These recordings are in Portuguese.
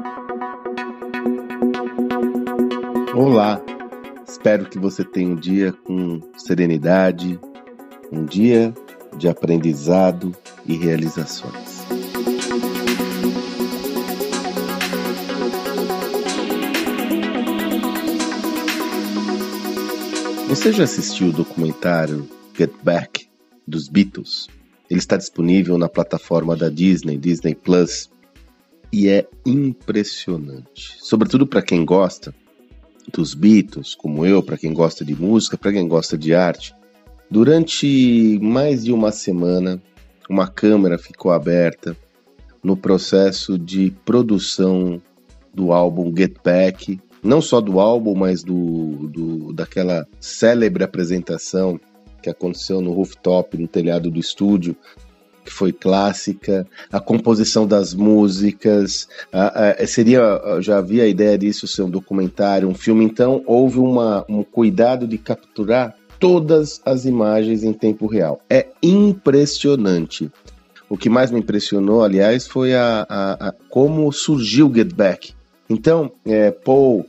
Olá, espero que você tenha um dia com serenidade, um dia de aprendizado e realizações. Você já assistiu o documentário Get Back, dos Beatles? Ele está disponível na plataforma da Disney, Disney Plus, e é impressionante. Sobretudo para quem gosta dos Beatles, como eu, para quem gosta de música, para quem gosta de arte. Durante mais de uma semana, uma câmera ficou aberta no processo de produção do álbum Get Back, não só do álbum, mas daquela célebre apresentação que aconteceu no rooftop, no telhado do estúdio, que foi clássica, a composição das músicas, já havia a ideia disso ser um documentário, um filme, então houve um cuidado de capturar todas as imagens em tempo real. É impressionante. O que mais me impressionou, aliás, foi como surgiu Get Back. Então, Paul,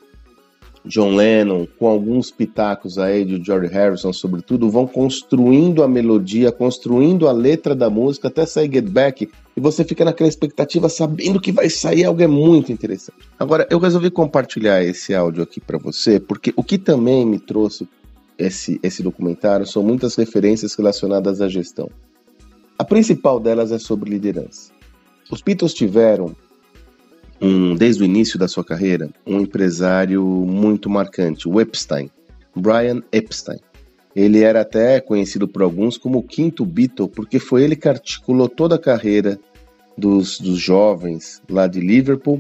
John Lennon, com alguns pitacos aí de George Harrison, sobretudo, vão construindo a melodia, construindo a letra da música até sair Get Back, e você fica naquela expectativa sabendo que vai sair algo muito interessante. Agora, eu resolvi compartilhar esse áudio aqui para você, porque o que também me trouxe esse documentário são muitas referências relacionadas à gestão. A principal delas é sobre liderança. Os Beatles tiveram, desde o início da sua carreira, um empresário muito marcante, o Epstein, Brian Epstein. Ele era até conhecido por alguns como o quinto Beatle, porque foi ele que articulou toda a carreira dos jovens lá de Liverpool,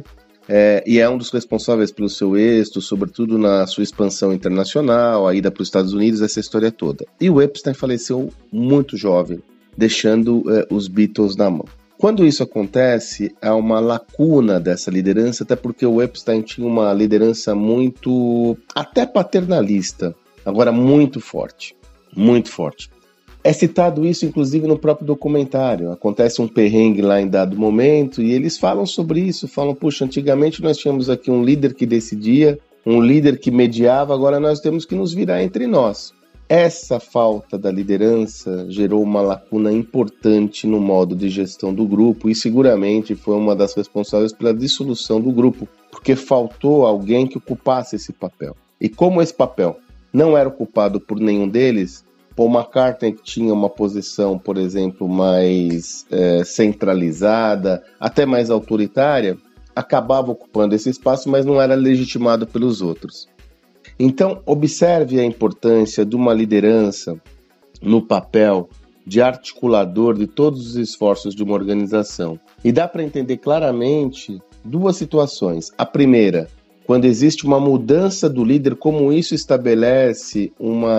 e é um dos responsáveis pelo seu êxito, sobretudo na sua expansão internacional, a ida para os Estados Unidos, essa história toda. E o Epstein faleceu muito jovem, deixando os Beatles na mão. Quando isso acontece, há uma lacuna dessa liderança, até porque o Epstein tinha uma liderança muito, até paternalista, agora muito forte, muito forte. É citado isso, inclusive, no próprio documentário. Acontece um perrengue lá em dado momento e eles falam sobre isso, falam, puxa, antigamente nós tínhamos aqui um líder que decidia, um líder que mediava, agora nós temos que nos virar entre nós. Essa falta da liderança gerou uma lacuna importante no modo de gestão do grupo e seguramente foi uma das responsáveis pela dissolução do grupo, porque faltou alguém que ocupasse esse papel. E como esse papel não era ocupado por nenhum deles, Paul McCartney, que tinha uma posição, por exemplo, mais centralizada, até mais autoritária, acabava ocupando esse espaço, mas não era legitimado pelos outros. Então, observe a importância de uma liderança no papel de articulador de todos os esforços de uma organização. E dá para entender claramente duas situações. A primeira, quando existe uma mudança do líder, como isso estabelece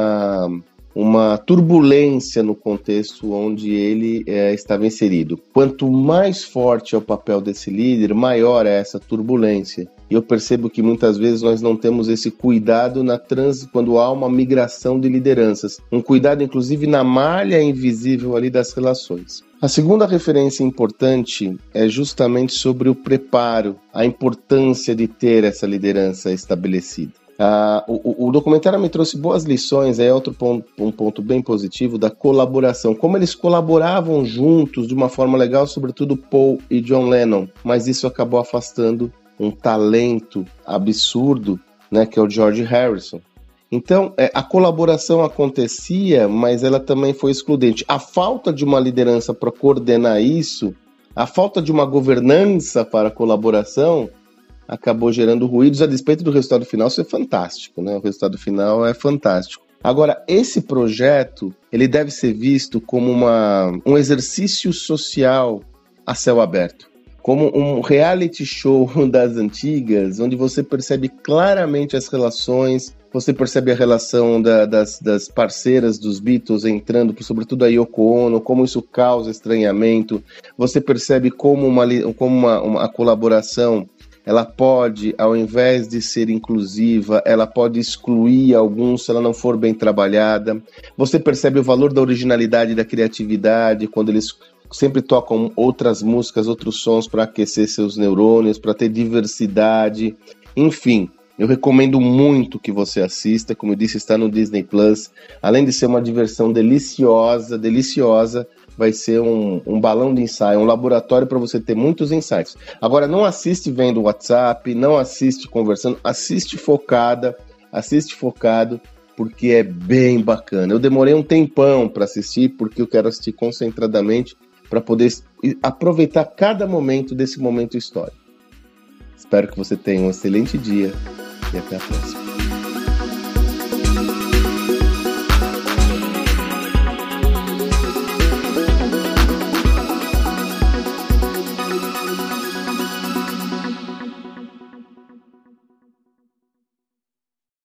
uma turbulência no contexto onde ele estava inserido. Quanto mais forte é o papel desse líder, maior é essa turbulência. E eu percebo que muitas vezes nós não temos esse cuidado quando há uma migração de lideranças. Um cuidado, inclusive, na malha invisível ali das relações. A segunda referência importante é justamente sobre o preparo, a importância de ter essa liderança estabelecida. O documentário me trouxe boas lições, um ponto bem positivo da colaboração, como eles colaboravam juntos de uma forma legal, sobretudo Paul e John Lennon, mas isso acabou afastando um talento absurdo, né, que é o George Harrison. Então, a colaboração acontecia, mas ela também foi excludente. A falta de uma liderança para coordenar isso, a falta de uma governança para a colaboração, acabou gerando ruídos, a despeito do resultado final ser fantástico, né? O resultado final é fantástico. Agora, esse projeto, ele deve ser visto como um exercício social a céu aberto, como um reality show das antigas, onde você percebe claramente as relações, você percebe a relação das parceiras dos Beatles entrando, sobretudo a Yoko Ono, como isso causa estranhamento, você percebe como uma colaboração, ela pode, ao invés de ser inclusiva, ela pode excluir alguns se ela não for bem trabalhada. Você percebe o valor da originalidade e da criatividade quando eles sempre tocam outras músicas, outros sons para aquecer seus neurônios, para ter diversidade, enfim. Eu recomendo muito que você assista, como eu disse, está no Disney Plus. Além de ser uma diversão deliciosa, vai ser um balão de ensaio, um laboratório para você ter muitos insights. Agora, não assiste vendo WhatsApp, não assiste conversando, assiste focado, porque é bem bacana. Eu demorei um tempão para assistir, porque eu quero assistir concentradamente para poder aproveitar cada momento desse momento histórico. Espero que você tenha um excelente dia e até a próxima.